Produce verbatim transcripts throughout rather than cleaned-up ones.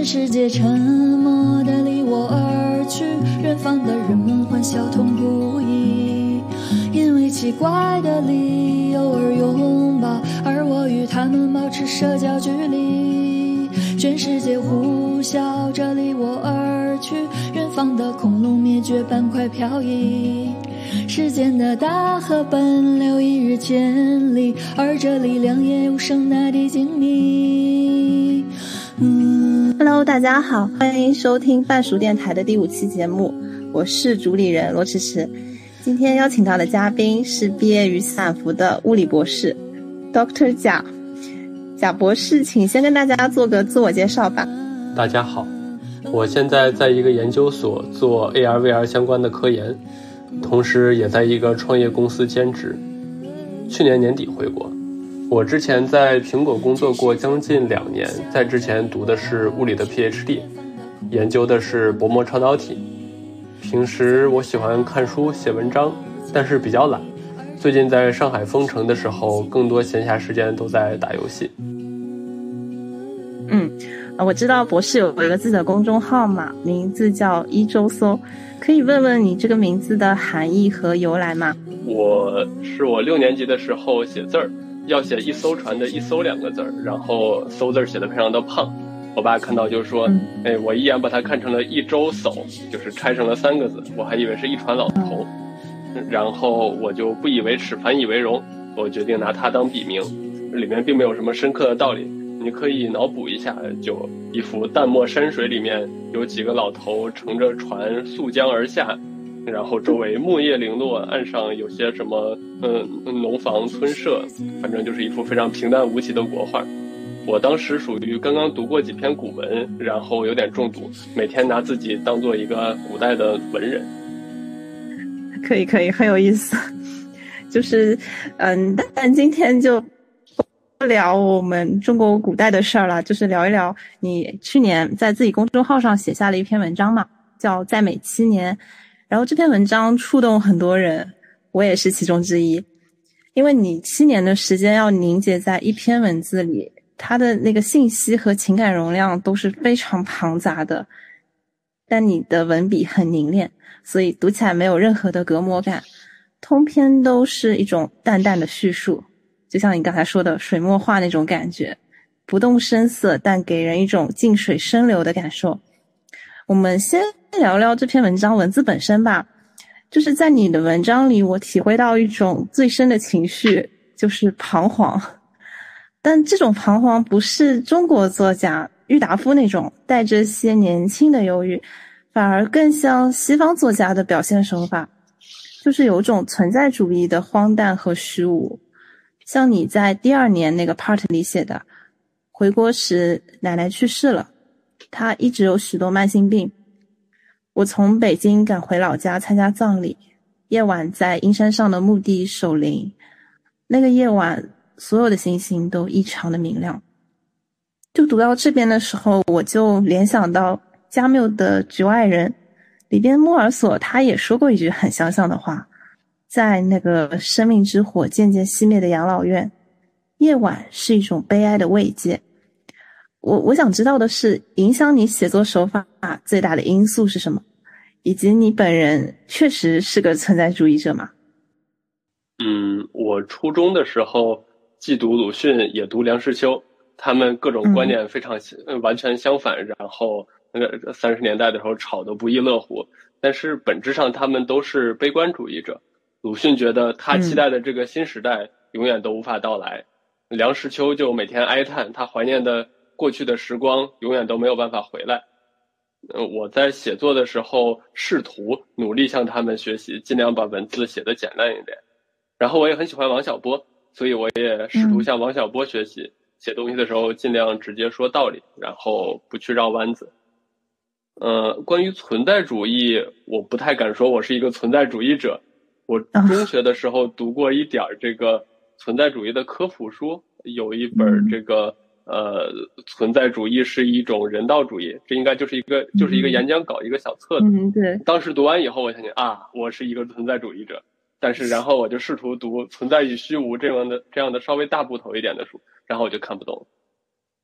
世界沉默地离我而去，远方的人们欢笑痛不已，因为奇怪的理由而拥抱，而我与他们保持社交距离。全世界呼啸着离我而去，远方的恐龙灭绝板块漂移，时间的大河奔流一日千里，而这里两夜无声那地静谧。 嗯 Hello 大家好，欢迎收听半熟电台的第五期节目，我是主理人罗迟迟。今天邀请到的嘉宾是毕业于斯坦福的物理博士 Doctor 贾。贾博士，请先跟大家做个自我介绍吧。 大家好，我现在在一个研究所做 A R V R 相关的科研，同时也在一个创业公司兼职。去年年底回国。我之前在苹果工作过将近两年，在之前读的是物理的 P H D， 研究的是薄膜超导体。平时我喜欢看书写文章，但是比较懒。最近在上海封城的时候，更多闲暇时间都在打游戏。 嗯，我知道博士有一个自己的公众号嘛，名字叫一周搜，可以问问你这个名字的含义和由来吗？ 我是我六年级的时候写字儿，要写一艘船的一艘两个字儿，然后搜字写得非常的胖。我爸看到就说，嗯、哎，我一眼把它看成了一周叟，就是拆成了三个字，我还以为是一船老头。然后我就不以为耻，反以为荣，我决定拿它当笔名，里面并没有什么深刻的道理，你可以脑补一下，就一幅淡漠山水，里面有几个老头乘着船溯江而下，然后周围木叶零落，岸上有些什么嗯农房村舍，反正就是一幅非常平淡无奇的国画。我当时属于刚刚读过几篇古文，然后有点中毒，每天拿自己当做一个古代的文人。 可以可以，很有意思。就是嗯，但今天就不聊我们中国古代的事儿了，就是聊一聊你去年在自己公众号上写下了一篇文章嘛，叫在美七年。然后这篇文章触动很多人，我也是其中之一。因为你七年的时间要凝结在一篇文字里，它的那个信息和情感容量都是非常庞杂的，但你的文笔很凝练，所以读起来没有任何的隔膜感，通篇都是一种淡淡的叙述，就像你刚才说的水墨画那种感觉，不动声色，但给人一种静水深流的感受。我们先聊聊这篇文章文字本身吧。就是在你的文章里，我体会到一种最深的情绪，就是彷徨。但这种彷徨不是中国作家郁达夫那种带着些年轻的忧郁，反而更像西方作家的表现手法，就是有种存在主义的荒诞和虚无。像你在第二年那个 part 里写的，回国时奶奶去世了，她一直有许多慢性病。我从北京赶回老家参加葬礼，夜晚在阴山上的墓地守灵。那个夜晚，所有的星星都异常的明亮。就读到这边的时候，我就联想到加缪的《局外人》里边，莫尔索他也说过一句很相像的话，在那个生命之火渐渐熄灭的养老院，夜晚是一种悲哀的慰藉。我我想知道的是，影响你写作手法最大的因素是什么？以及你本人确实是个存在主义者吗？ 嗯，我初中的时候既读鲁迅也读梁实秋，他们各种观点非常、嗯、完全相反，然后那个三十年代的时候吵得不亦乐乎。但是本质上他们都是悲观主义者。鲁迅觉得他期待的这个新时代永远都无法到来，嗯、梁实秋就每天哀叹他怀念的过去的时光永远都没有办法回来。嗯，我在写作的时候试图努力向他们学习，尽量把文字写得简单一点。然后我也很喜欢王小波，所以我也试图向王小波学习，嗯、写东西的时候尽量直接说道理，然后不去绕弯子。呃，关于存在主义，我不太敢说我是一个存在主义者。我中学的时候读过一点这个存在主义的科普书，有一本这个、嗯、呃，存在主义是一种人道主义，这应该就是一个就是一个演讲稿，一个小册子。 嗯，对。 当时读完以后，我想想啊，我是一个存在主义者。但是然后我就试图读《存在与虚无》这样的这样的稍微大部头一点的书，然后我就看不懂。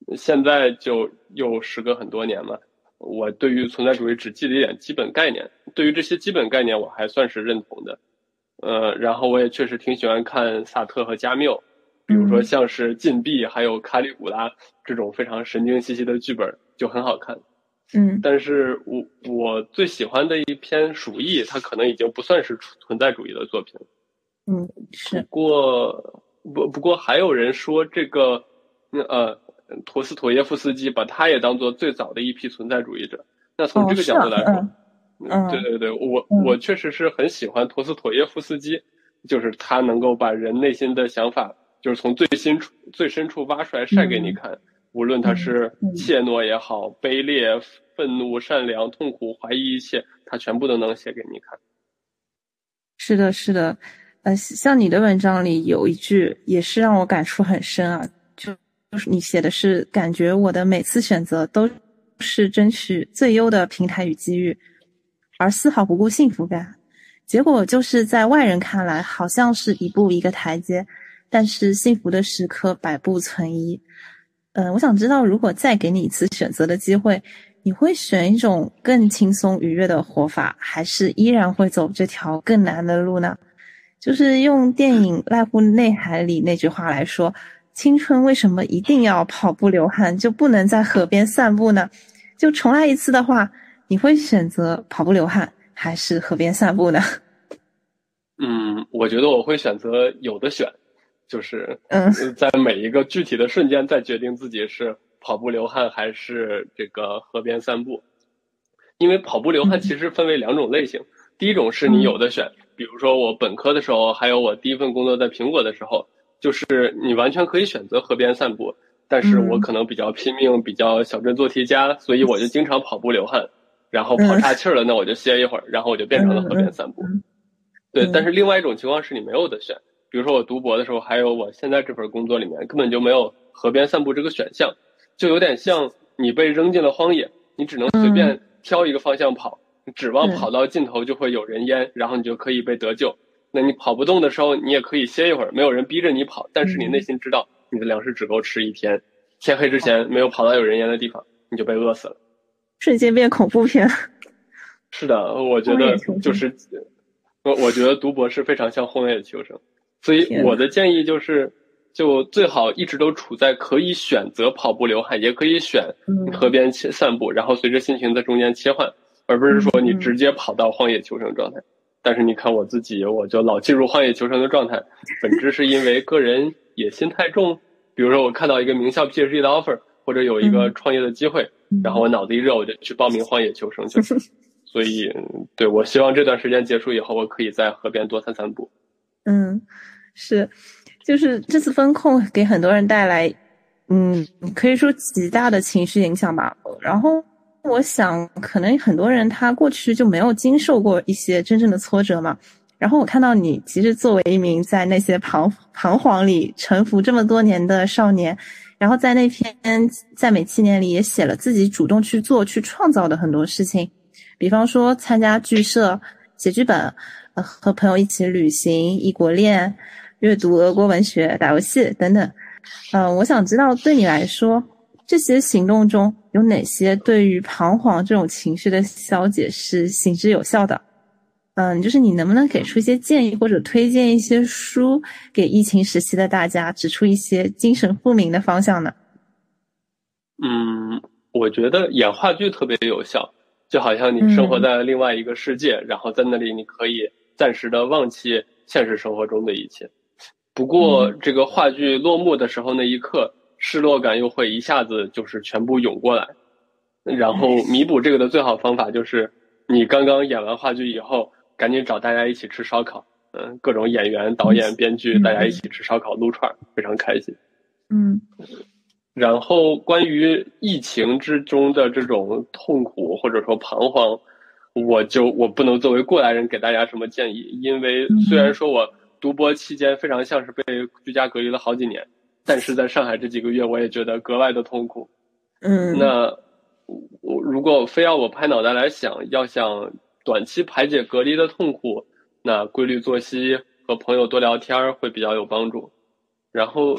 现在就又时隔很多年嘛，我对于存在主义只记得一点基本概念，对于这些基本概念我还算是认同的。呃，然后我也确实挺喜欢看萨特和加缪，比如说像是禁闭还有卡里古拉这种非常神经兮兮的剧本就很好看。 嗯， 但是我我最喜欢的一篇《鼠疫》，它可能已经不算是存在主义的作品。 嗯，是。 不过不不过还有人说这个呃陀思妥耶夫斯基把他也当做最早的一批存在主义者。那从这个角度来说， 哦嗯， 对对对，我、 嗯、 我确实是很喜欢陀思妥耶夫斯基，就是他能够把人内心的想法，就是从最深处最深处挖出来晒给你看。嗯，无论他是怯懦也好，嗯、卑劣、愤怒、善良、痛苦、怀疑一切，他全部都能写给你看。 是的，是的，呃，像你的文章里有一句也是让我感触很深啊，就就是你写的是感觉我的每次选择都是争取最优的平台与机遇，而丝毫不顾幸福感。结果就是在外人看来好像是一步一个台阶，但是幸福的时刻百步存疑。嗯、呃，我想知道，如果再给你一次选择的机会，你会选一种更轻松愉悦的活法，还是依然会走这条更难的路呢？就是用电影《濑户内海》里那句话来说，青春为什么一定要跑步流汗，就不能在河边散步呢？就重来一次的话，你会选择跑步流汗还是河边散步呢？ 嗯，我觉得我会选择有的选，就是在每一个具体的瞬间再决定自己是跑步流汗还是这个河边散步。因为跑步流汗其实分为两种类型，第一种是你有的选，比如说我本科的时候，还有我第一份工作在苹果的时候，就是你完全可以选择河边散步，但是我可能比较拼命，比较小镇做题家，所以我就经常跑步流汗，然后跑岔气儿了，那我就歇一会儿，然后我就变成了河边散步。对，但是另外一种情况是你没有的选，比如说我读博的时候，还有我现在这份工作里面根本就没有河边散步这个选项，就有点像你被扔进了荒野，你只能随便挑一个方向跑，你指望跑到尽头就会有人烟，然后你就可以被得救。那你跑不动的时候，你也可以歇一会儿，没有人逼着你跑，但是你内心知道你的粮食只够吃一天，天黑之前没有跑到有人烟的地方，你就被饿死了。 瞬间变恐怖片。 是的，我觉得就是我我觉得读博士非常像荒野求生，所以我的建议就是就最好一直都处在可以选择跑步流汗，也可以选河边散步，然后随着心情在中间切换，而不是说你直接跑到荒野求生状态。但是你看我自己，我就老进入荒野求生的状态，本质是因为个人野心太重。比如说我看到一个名校 P H D 的 offer， 或者有一个创业的机会，然后我脑子一热，我就去报名荒野求生去。所以对，我希望这段时间结束以后，我可以在河边多散散步。 嗯，是，就是这次风控给很多人带来嗯可以说极大的情绪影响吧。然后我想可能很多人他过去就没有经受过一些真正的挫折嘛，然后我看到你其实作为一名在那些彷彷徨里沉浮这么多年的少年，然后在那篇赞美纪念里也写了自己主动去做去创造的很多事情，比方说参加剧社、写剧本、呃、和朋友一起旅行、异国恋、阅读俄国文学、打游戏等等。呃，我想知道对你来说，这些行动中有哪些对于彷徨这种情绪的消解是行之有效的？嗯，就是你能不能给出一些建议，或者推荐一些书给疫情时期的大家，指出一些精神复明的方向呢？ 嗯，我觉得演话剧特别有效，就好像你生活在另外一个世界，嗯、然后在那里你可以暂时的忘记现实生活中的一切。不过这个话剧落幕的时候那一刻，失落感又会一下子就是全部涌过来，然后弥补这个的最好方法就是你刚刚演完话剧以后，赶紧找大家一起吃烧烤，嗯，各种演员、导演、编剧，大家一起吃烧烤、撸串，非常开心。 嗯。 然后关于疫情之中的这种痛苦或者说彷徨，我就我不能作为过来人给大家什么建议，因为虽然说我读博期间非常像是被居家隔离了好几年，但是在上海这几个月我也觉得格外的痛苦。 嗯， 那我如果非要我拍脑袋来想，要想短期排解隔离的痛苦，那规律作息和朋友多聊天会比较有帮助。然后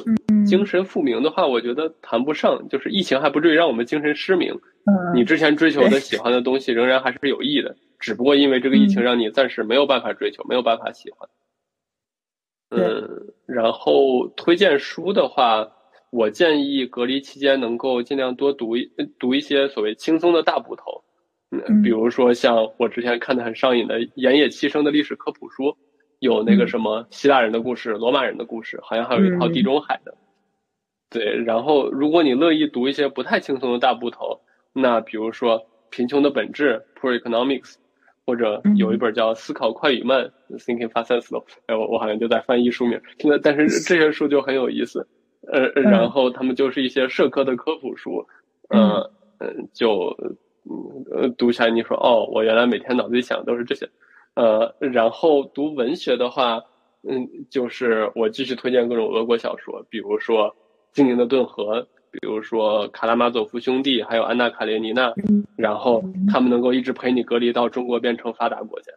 精神复明的话，我觉得谈不上，就是疫情还不至于让我们精神失明。 嗯， 你之前追求的喜欢的东西仍然还是有益的，只不过因为这个疫情让你暂时没有办法追求，没有办法喜欢。嗯，然后推荐书的话，我建议隔离期间能够尽量多读一读一些所谓轻松的大部头。嗯，比如说像我之前看的很上瘾的岩野七生的历史科普书，有那个什么希腊人的故事、罗马人的故事，好像还有一套地中海的。对，然后如果你乐意读一些不太轻松的大部头，那比如说《贫穷的本质》（Poor Economics），或者有一本叫《思考快与慢》（Thinking Fast and Slow）。哎，我我好像就在翻译书名。现在，但是这些书就很有意思。呃，然后他们就是一些社科的科普书。呃、嗯、呃，就呃读起来你说哦，我原来每天脑子里想的都是这些。呃，然后读文学的话，嗯，就是我继续推荐各种俄国小说，比如说《精灵的顿河》，比如说卡拉马佐夫兄弟，还有安娜卡列尼娜，然后他们能够一直陪你隔离到中国变成发达国家。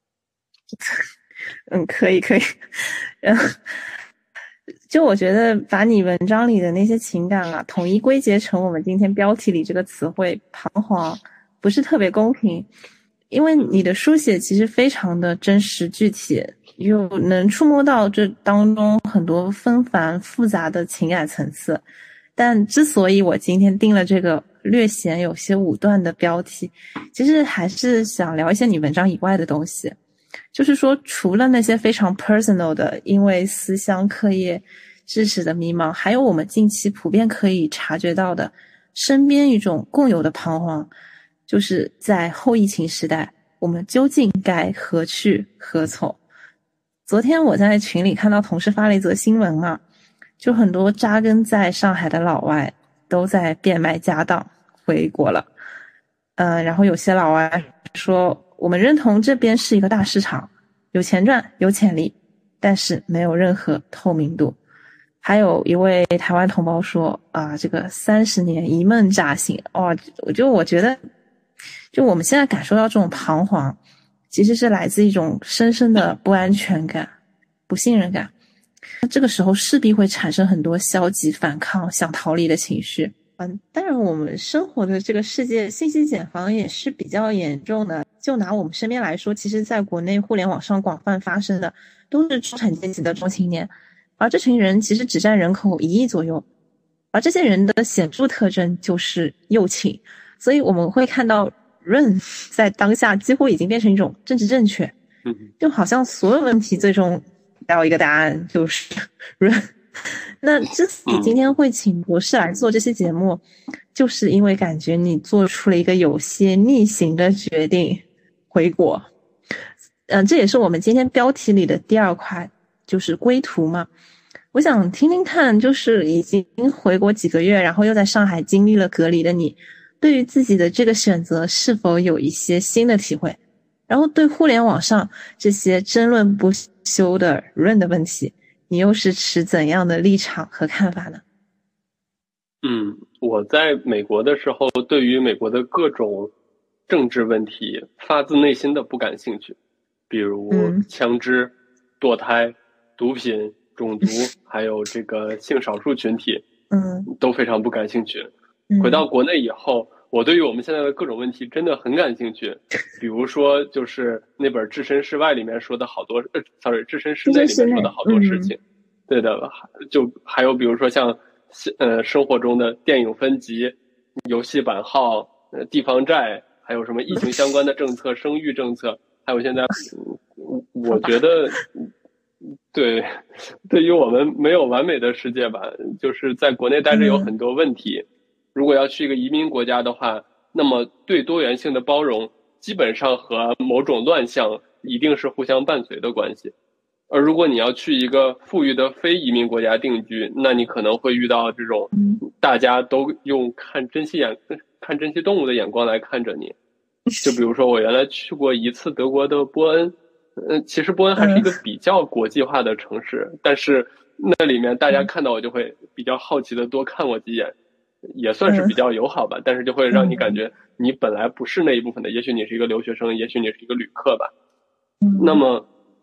嗯，可以可以。嗯，就我觉得把你文章里的那些情感啊，统一归结成我们今天标题里这个词汇“彷徨”，不是特别公平。因为你的书写其实非常的真实具体，又能触摸到这当中很多纷繁复杂的情感层次。但之所以我今天定了这个略显有些武断的标题，其实还是想聊一些你文章以外的东西。就是说，除了那些非常 personal 的，因为思乡、课业、知识的迷茫，还有我们近期普遍可以察觉到的身边一种共有的彷徨，就是在后疫情时代，我们究竟该何去何从？昨天我在群里看到同事发了一则新闻嘛，就很多扎根在上海的老外都在变卖家当回国了。呃，然后有些老外说，我们认同这边是一个大市场，有钱赚，有潜力，但是没有任何透明度。还有一位台湾同胞说啊，这个三十年一梦乍醒。哦，就我觉得就我们现在感受到这种彷徨，其实是来自一种深深的不安全感、不信任感。这个时候势必会产生很多消极反抗、想逃离的情绪。嗯，当然我们生活的这个世界信息茧房也是比较严重的。就拿我们身边来说，其实在国内互联网上广泛发生的都是中产阶级的中青年，而这群人其实只占人口一亿左右，而这些人的显著特征就是右倾。所以我们会看到润在当下几乎已经变成一种政治正确，就好像所有问题最终要一个答案，就是润。那之所以今天会请博士来做这期节目，就是因为感觉你做出了一个有些逆行的决定，回国。嗯，这也是我们今天标题里的第二块，就是归途嘛。我想听听看，就是已经回国几个月，然后又在上海经历了隔离的你，对于自己的这个选择是否有一些新的体会？然后对互联网上这些争论不休的润的问题，你又是持怎样的立场和看法呢？ 嗯，我在美国的时候，对于美国的各种政治问题发自内心的不感兴趣，比如枪支、堕胎、毒品、种族，还有这个性少数群体， 嗯， 都非常不感兴趣。回到国内以后，我对于我们现在的各种问题真的很感兴趣。比如说，就是那本《置身事外》里面说的好多，呃，sorry，《置身事内》里面说的好多事情。嗯、对的，就还有比如说像呃生活中的电影分级、游戏版号、呃地方债，还有什么疫情相关的政策、生育政策，还有现在，嗯、我觉得。对，对于我们没有完美的世界吧，就是在国内待着有很多问题。如果要去一个移民国家的话，那么对多元性的包容，基本上和某种乱象一定是互相伴随的关系。而如果你要去一个富裕的非移民国家定居，那你可能会遇到这种大家都用看珍稀眼、看珍稀动物的眼光来看着你。就比如说，我原来去过一次德国的波恩。嗯，其实波恩还是一个比较国际化的城市，嗯、但是那里面大家看到我就会比较好奇的多看我几眼，也算是比较友好吧。嗯、但是就会让你感觉你本来不是那一部分的，也许你是一个留学生，也许你是一个旅客吧。嗯、那么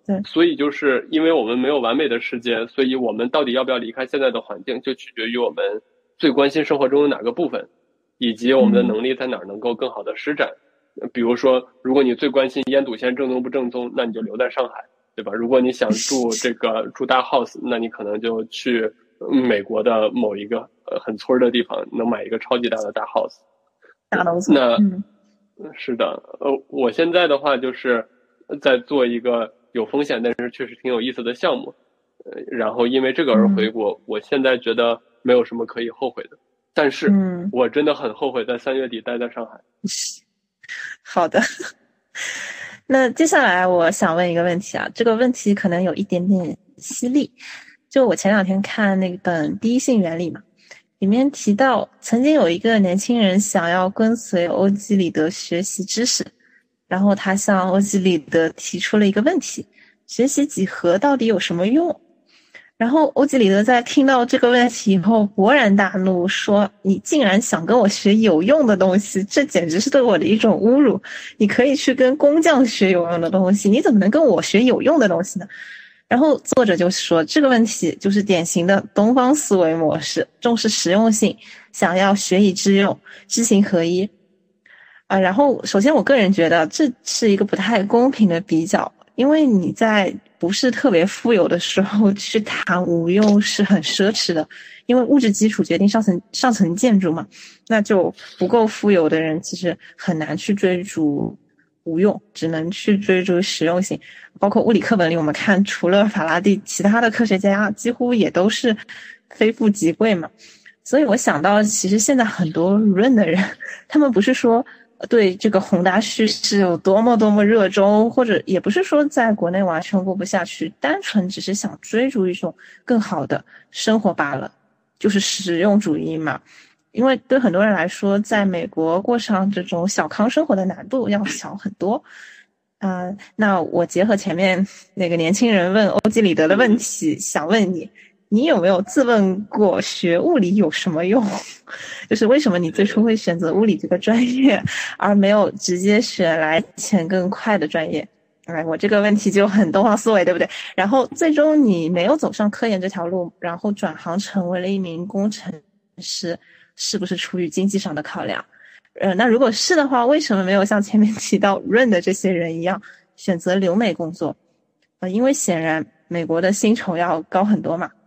对， 所以就是因为我们没有完美的世界，所以我们到底要不要离开现在的环境，就取决于我们最关心生活中的哪个部分，以及我们的能力在哪儿能够更好的施展。嗯、比如说，如果你最关心烟堵线正宗不正宗，那你就留在上海，对吧？如果你想住这个住大 house， 那你可能就去美国的某一个呃很村的地方，能买一个超级大的大 house。 大农村。 那、 嗯、 是的，呃，我现在的话就是在做一个有风险但是确实挺有意思的项目，呃，然后因为这个而回国、嗯。我现在觉得没有什么可以后悔的，但是我真的很后悔在三月底待在上海。 好的，那接下来我想问一个问题啊，这个问题可能有一点点犀利。就我前两天看那本《第一性原理》嘛，里面提到曾经有一个年轻人想要跟随欧几里得学习知识，然后他向欧几里得提出了一个问题：学习几何到底有什么用？然后欧几里得在听到这个问题以后勃然大怒，说你竟然想跟我学有用的东西，这简直是对我的一种侮辱。你可以去跟工匠学有用的东西，你怎么能跟我学有用的东西呢？然后作者就说这个问题就是典型的东方思维模式，重视实用性，想要学以致用，知行合一啊。然后首先我个人觉得这是一个不太公平的比较，因为你在不是特别富有的时候去谈无用是很奢侈的，因为物质基础决定上层上层建筑嘛，那就不够富有的人其实很难去追逐无用，只能去追逐实用性。包括物理课本里我们看，除了法拉第，其他的科学家几乎也都是非富即贵嘛。所以我想到其实现在很多润的人，他们不是说对这个宏大叙事有多么多么热衷，或者也不是说在国内完全过不下去，单纯只是想追逐一种更好的生活罢了，就是实用主义嘛。因为对很多人来说，在美国过上这种小康生活的难度要小很多啊、呃。那我结合前面那个年轻人问欧几里得的问题，想问你，你有没有自问过学物理有什么用？就是为什么你最初会选择物理这个专业，而没有直接选来钱更快的专业？哎，我这个问题就很东方思维，对不对？然后最终你没有走上科研这条路，然后转行成为了一名工程师，是不是出于经济上的考量？呃，那如果是的话，为什么没有像前面提到润的这些人一样选择留美工作？呃，因为显然美国的薪酬要高很多嘛。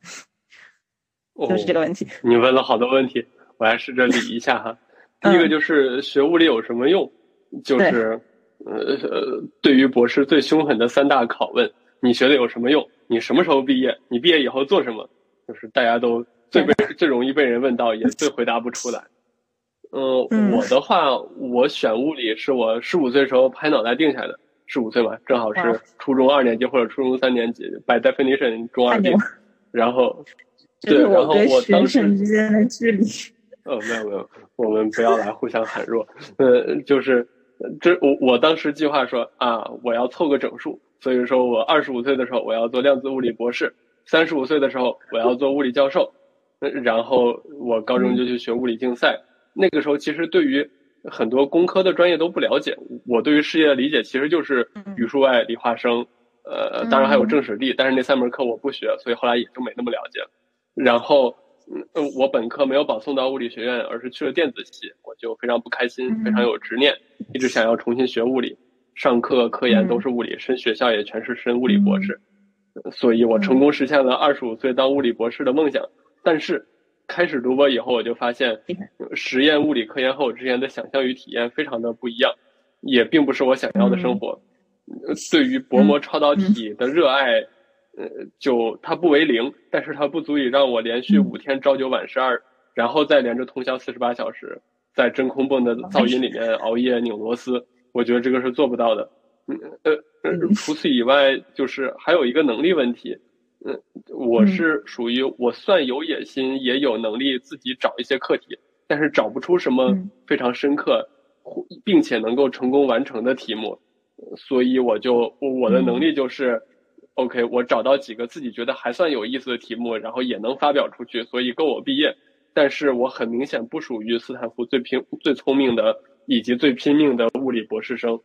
就是这个问题、哦。 你问了好多问题，我来试着理一下哈。第一个就是学物理有什么用？嗯、就是呃呃，对于博士最凶狠的三大拷问：你学的有什么用？你什么时候毕业？你毕业以后做什么？就是大家都最被最容易被人问到，也最回答不出来。呃、嗯，我的话，我选物理是我十五岁时候拍脑袋定下的。十五岁嘛，正好是初中二年级或者初中三年级 ，by definition 中二病。然后。对，然后我当时之间的距离， 呃，没有没有，我们不要来互相喊弱。呃，就是这我我当时计划说啊，我要凑个整数，所以说我二十五岁的时候我要做量子物理博士，三十五岁的时候我要做物理教授，然后我高中就去学物理竞赛。那个时候其实对于很多工科的专业都不了解，我对于事业的理解其实就是语数外、理化生，呃，当然还有政史地，但是那三门课我不学，所以后来也就没那么了解了。然后，嗯，我本科没有保送到物理学院，而是去了电子系，我就非常不开心，非常有执念，一直想要重新学物理，上课科研都是物理，申学校也全是申物理博士，所以我成功实现了二十五岁当物理博士的梦想。但是开始读博以后，我就发现实验物理科研和我之前的想象与体验非常的不一样，也并不是我想要的生活。对于薄膜超导体的热爱。呃，就它不为零，但是它不足以让我连续五天朝九晚十二，然后再连着通宵四十八小时，在真空泵的噪音里面熬夜拧螺丝，我觉得这个是做不到的。嗯呃呃，除此以外，就是还有一个能力问题。嗯，我是属于我算有野心，也有能力自己找一些课题，但是找不出什么非常深刻，并且能够成功完成的题目，所以我就我的能力就是。OK， 我找到几个自己觉得还算有意思的题目，然后也能发表出去，所以够我毕业。但是我很明显不属于斯坦福最拼、最聪明的以及最拼命的物理博士生，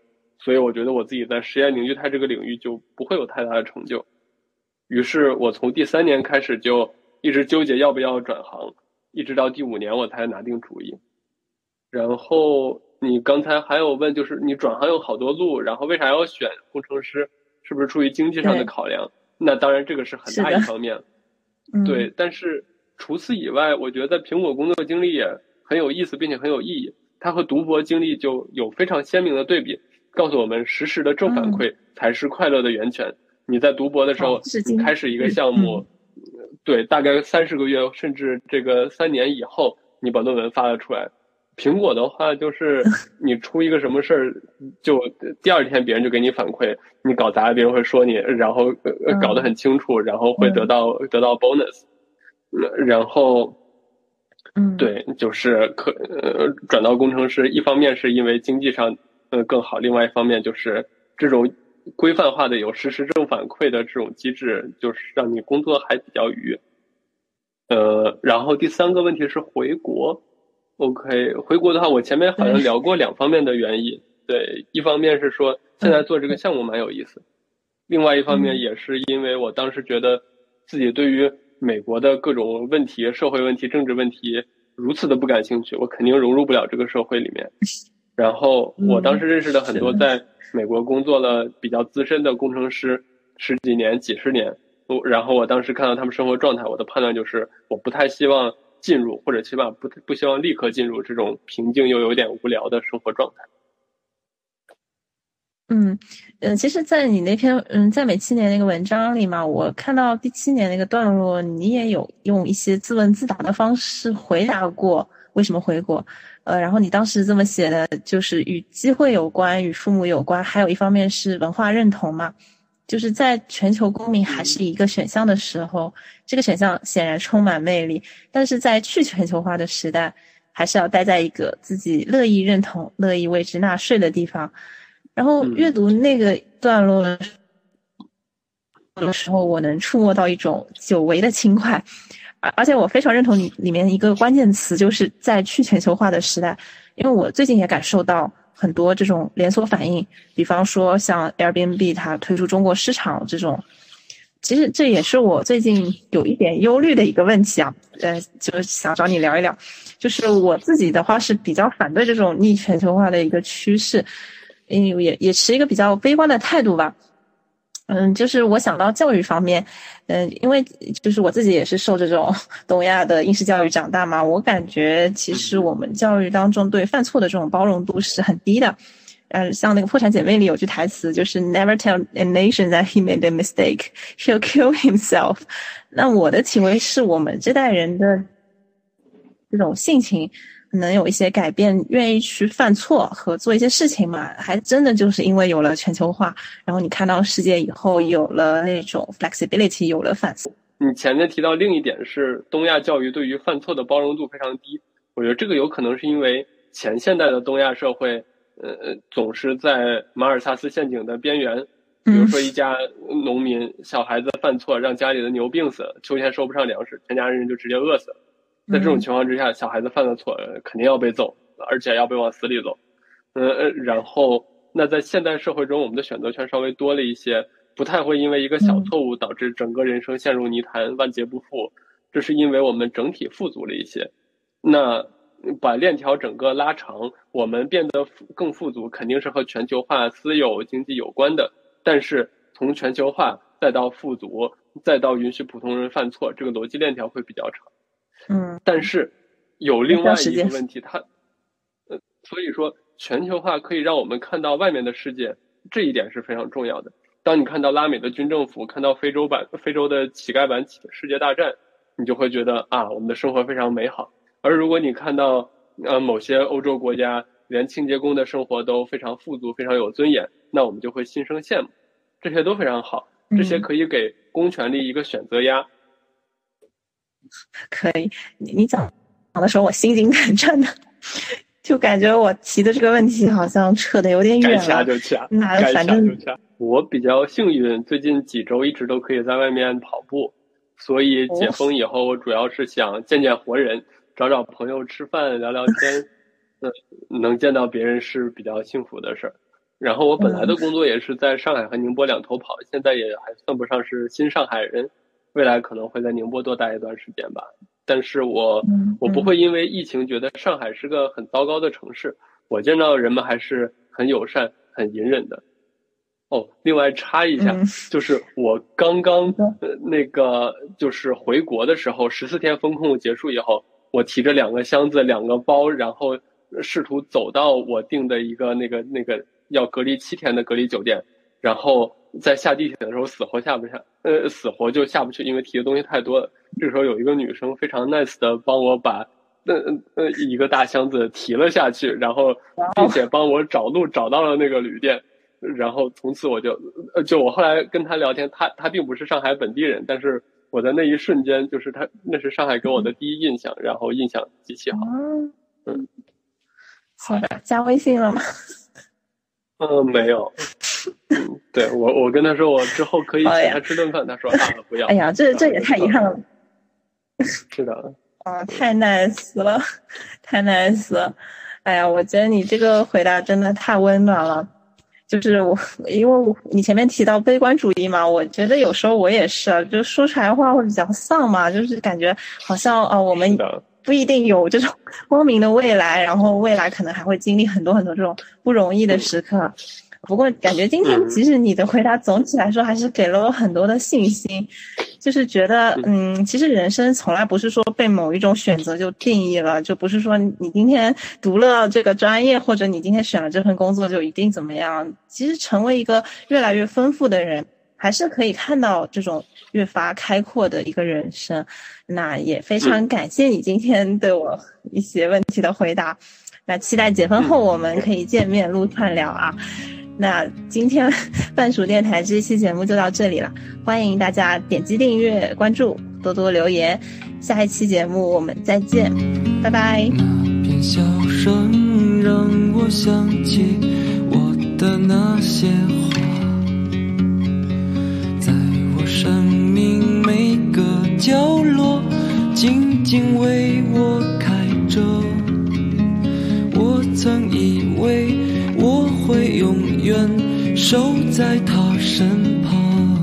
所以我觉得我自己在实验凝聚态这个领域就不会有太大的成就。于是我从第三年开始就一直纠结要不要转行，一直到第五年我才拿定主意。然后你刚才还有问，就是你转行有好多路，然后为啥要选工程师？是不是出于经济上的考量？那当然这个是很大一方面。对，但是除此以外，我觉得在苹果工作经历也很有意思，并且很有意义。它和读博经历就有非常鲜明的对比，告诉我们实时的正反馈才是快乐的源泉。嗯、你在读博的时候，你开始一个项目，嗯、对，大概三十个月甚至这个三年以后，你把论文发了出来。苹果的话，就是你出一个什么事儿，就第二天别人就给你反馈，你搞砸了，别人会说你，然后呃搞得很清楚，然后会得到、嗯、得到 bonus， 然后， 嗯， 对，就是可呃转到工程师，一方面是因为经济上呃更好，另外一方面就是这种规范化的有实时正反馈的这种机制，就是让你工作还比较愉悦。呃，然后第三个问题是回国。OK， 回国的话，我前面好像聊过两方面的原因。对，一方面是说现在做这个项目蛮有意思，另外一方面也是因为我当时觉得自己对于美国的各种问题、社会问题、政治问题如此的不感兴趣，我肯定融入不了这个社会里面。然后我当时认识了很多在美国工作了比较资深的工程师，十几年、几十年。然后我当时看到他们生活状态，我的判断就是我不太希望进入，或者起码不不希望立刻进入这种平静又有点无聊的生活状态。 嗯呃，其实在你那篇嗯在美七年那个文章里嘛，我看到第七年那个段落，你也有用一些自问自答的方式回答过为什么回国。呃，然后你当时这么写的就是与机会有关，与父母有关，还有一方面是文化认同嘛。就是在全球公民还是一个选项的时候，这个选项显然充满魅力，但是在去全球化的时代，还是要待在一个自己乐意认同、乐意为之纳税的地方。然后阅读那个段落的时候，我能触摸到一种久违的轻快，而且我非常认同你里面一个关键词，就是在去全球化的时代，因为我最近也感受到很多这种连锁反应，比方说像 Airbnb 它推出中国市场这种，其实这也是我最近有一点忧虑的一个问题啊，呃，就想找你聊一聊。就是我自己的话是比较反对这种逆全球化的一个趋势，因为也也持一个比较悲观的态度吧。嗯，就是我想到教育方面，嗯，因为就是我自己也是受这种东亚的应试教育长大嘛，我感觉其实我们教育当中对犯错的这种包容度是很低的。呃，像那个《破产姐妹》里有句台词，就是 "Never tell a nation that he made a mistake, he'll kill himself." 那我的体会是我们这代人的这种性情能有一些改变，愿意去犯错和做一些事情嘛，还真的就是因为有了全球化，然后你看到世界以后有了那种 flexibility， 有了反思。 你前面提到另一点是东亚教育对于犯错的包容度非常低，我觉得这个有可能是因为前现代的东亚社会呃，总是在马尔萨斯陷阱的边缘，比如说一家农民小孩子犯错让家里的牛病死了，秋天收不上粮食，全家人就直接饿死了。在这种情况之下，小孩子犯了错肯定要被揍，而且要被往死里揍。呃，然后那在现代社会中，我们的选择权稍微多了一些，不太会因为一个小错误导致整个人生陷入泥潭，万劫不复。这是因为我们整体富足了一些。那把链条整个拉长，我们变得更富足，肯定是和全球化私有经济有关的。但是从全球化再到富足，再到允许普通人犯错，这个逻辑链条会比较长。 嗯， 但是有另外一个问题，它，呃，所以说全球化可以让我们看到外面的世界，这一点是非常重要的。当你看到拉美的军政府，看到非洲版非洲的乞丐版世界大战，你就会觉得啊，我们的生活非常美好。而如果你看到呃某些欧洲国家连清洁工的生活都非常富足，非常有尊严，那我们就会心生羡慕。这些都非常好，这些可以给公权力一个选择压。 可以，你你讲的时候我心惊胆战的，就感觉我提的这个问题好像扯得有点远了。 该掐就掐，该掐就掐。我比较幸运，最近几周一直都可以在外面跑步，所以解封以后，我主要是想见见活人，找找朋友吃饭聊聊天。呃，能见到别人是比较幸福的事儿。 然后我本来的工作也是在上海和宁波两头跑，现在也还算不上是新上海人，未来可能会在宁波多待一段时间吧。但是我我不会因为疫情觉得上海是个很糟糕的城市，我见到人们还是很友善很隐忍的。哦，另外插一下，嗯、就是我刚刚、呃、那个就是回国的时候，十四天封控结束以后，我提着两个箱子两个包，然后试图走到我订的一个那个那个要隔离七天的隔离酒店，然后在下地铁的时候死活下不下，呃，死活就下不去，因为提的东西太多了。这个时候有一个女生非常 nice 的帮我把呃呃一个大箱子提了下去，然后并且帮我找路找到了那个旅店。然后从此我就呃就我后来跟他聊天，他他并不是上海本地人，但是我在那一瞬间就是他那是上海给我的第一印象，然后印象极其好。嗯， 好的，加微信了吗？ 嗯，没有。嗯，对我我跟他说我之后可以请他吃顿饭，哎、他说啊不要。 哎呀，这这也太遗憾了。 是的。 啊，太 nice 了，太 nice 了。哎呀，我觉得你这个回答真的太温暖了。就是我，因为我你前面提到悲观主义嘛，我觉得有时候我也是啊，就说出来话会比较丧嘛，就是感觉好像啊、呃，我们不一定有这种光明的未来，然后未来可能还会经历很多很多这种不容易的时刻。不过感觉今天其实你的回答总体来说还是给了我很多的信心，就是觉得嗯，其实人生从来不是说被某一种选择就定义了，就不是说你今天读了这个专业或者你今天选了这份工作就一定怎么样。其实成为一个越来越丰富的人，还是可以看到这种越发开阔的一个人生。那也非常感谢你今天对我一些问题的回答，那期待解封后我们可以见面录串聊啊。那今天半熟电台这期节目就到这里了，欢迎大家点击订阅关注，多多留言，下一期节目我们再见，拜拜。 那片笑声让我想起我的那些话，在我生命每个角落静静为我开着，我曾以为我会永远守在他身旁，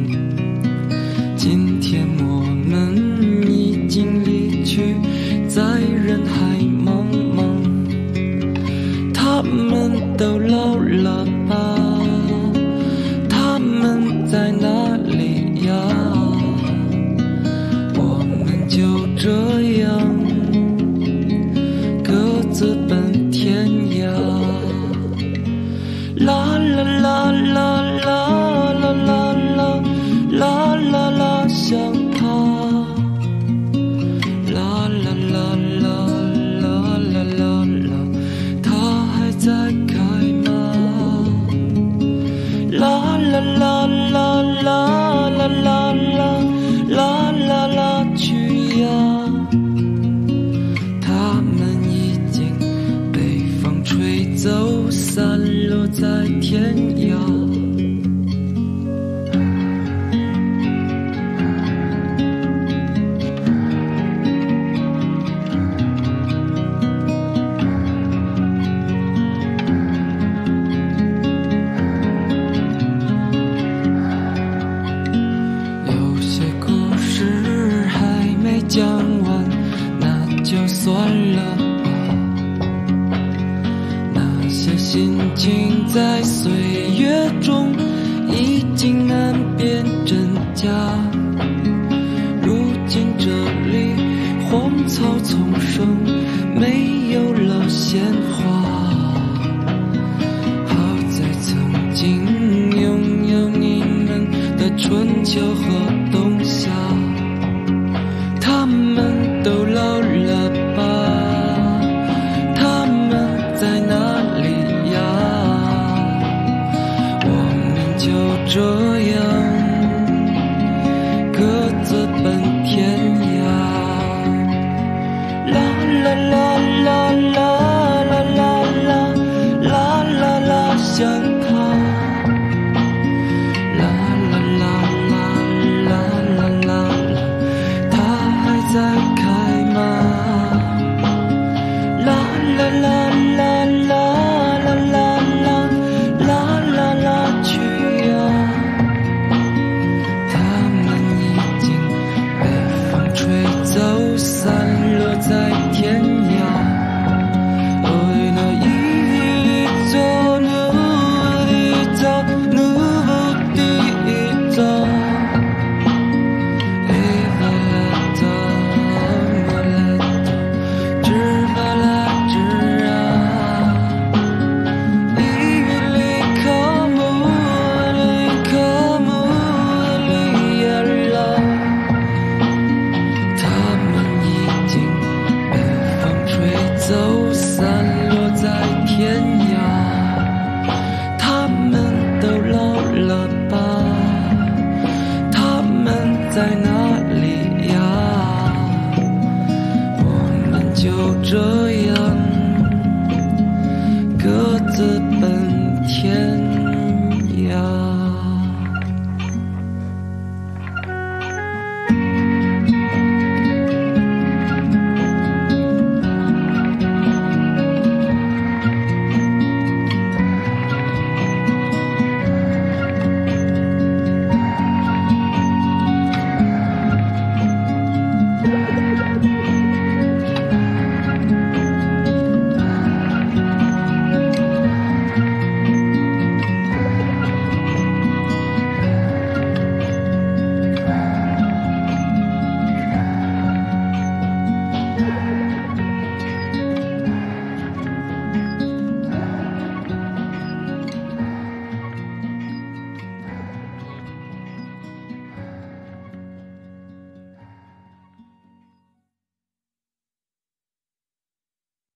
今天我们已经离去，在人海茫茫，他们都老了吧？他们在哪里呀？我们就这样各自奔天涯。啦啦啦啦啦啦啦啦啦啦啦，想他。啦啦啦啦啦啦啦啦，他还在开吗？啦啦啦啦啦啦啦啦啦啦啦，去呀！他们已经被风吹走，散落在天涯。有些故事还没讲完，那就算了吧。那些心情在岁月中已经难辨真假，如今这里荒草丛生，没有了鲜花。好在曾经拥有你们的春秋和冬夏，他们都老了吧？他们在哪里呀？我们就这样各自奔天涯。啦啦啦啦啦啦啦啦啦啦啦，想